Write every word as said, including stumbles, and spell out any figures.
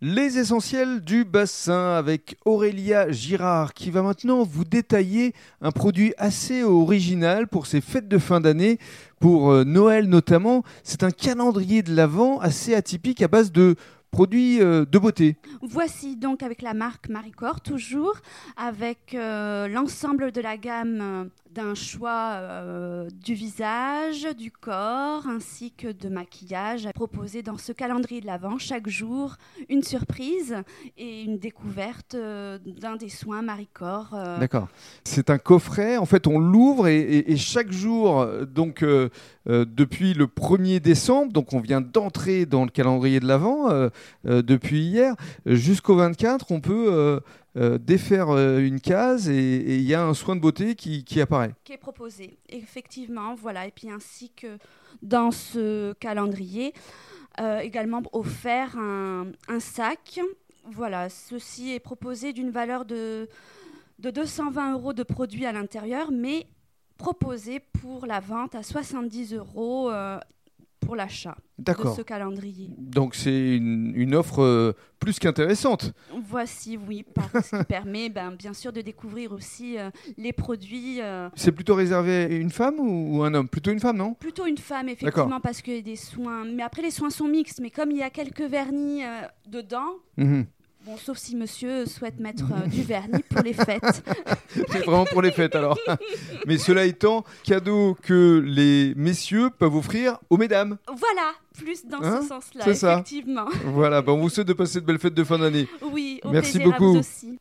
Les essentiels du bassin avec Aurélia Girard qui va maintenant vous détailler un produit assez original pour ces fêtes de fin d'année, pour euh, Noël notamment. C'est un calendrier de l'Avent assez atypique à base de produits euh, de beauté. Voici donc avec la marque Maricor, toujours avec euh, l'ensemble de la gamme euh, d'un choix euh, du visage, du corps ainsi que de maquillage proposé dans ce calendrier de l'Avent. Chaque jour, une surprise et une découverte euh, d'un des soins Maricor. Euh. D'accord. C'est un coffret. En fait, on l'ouvre et, et, et chaque jour, donc euh, euh, depuis le premier décembre, donc on vient d'entrer dans le calendrier de l'Avent euh, euh, depuis hier, jusqu'au vingt-quatre, on peut euh, euh, défaire euh, une case et il y a un soin de beauté qui, qui apparaît. Qui est proposé, effectivement, voilà. Et puis ainsi que dans ce calendrier, euh, également offert un, un sac. Voilà, ceci est proposé d'une valeur de, de deux cent vingt euros de produits à l'intérieur, mais proposé pour la vente à soixante-dix euros euh, pour l'achat D'accord. de ce calendrier. Donc c'est une, une offre euh, plus qu'intéressante. Voici, oui, par ce qui permet ben, bien sûr de découvrir aussi euh, les produits. Euh... C'est plutôt réservé à une femme ou, ou un homme ? Plutôt une femme, non ? Plutôt une femme, effectivement, D'accord. parce qu'il y a des soins. Mais après, les soins sont mixtes, mais comme il y a quelques vernis euh, dedans. Mmh. Bon, sauf si monsieur souhaite mettre euh, du vernis pour les fêtes. C'est vraiment pour les fêtes alors. Mais cela étant, cadeau que les messieurs peuvent offrir aux mesdames. Voilà, plus dans Hein ? ce sens-là, C'est ça. effectivement. Voilà, ben on vous souhaite de passer de belles fêtes de fin d'année. Oui, au Merci plaisir beaucoup. à vous aussi.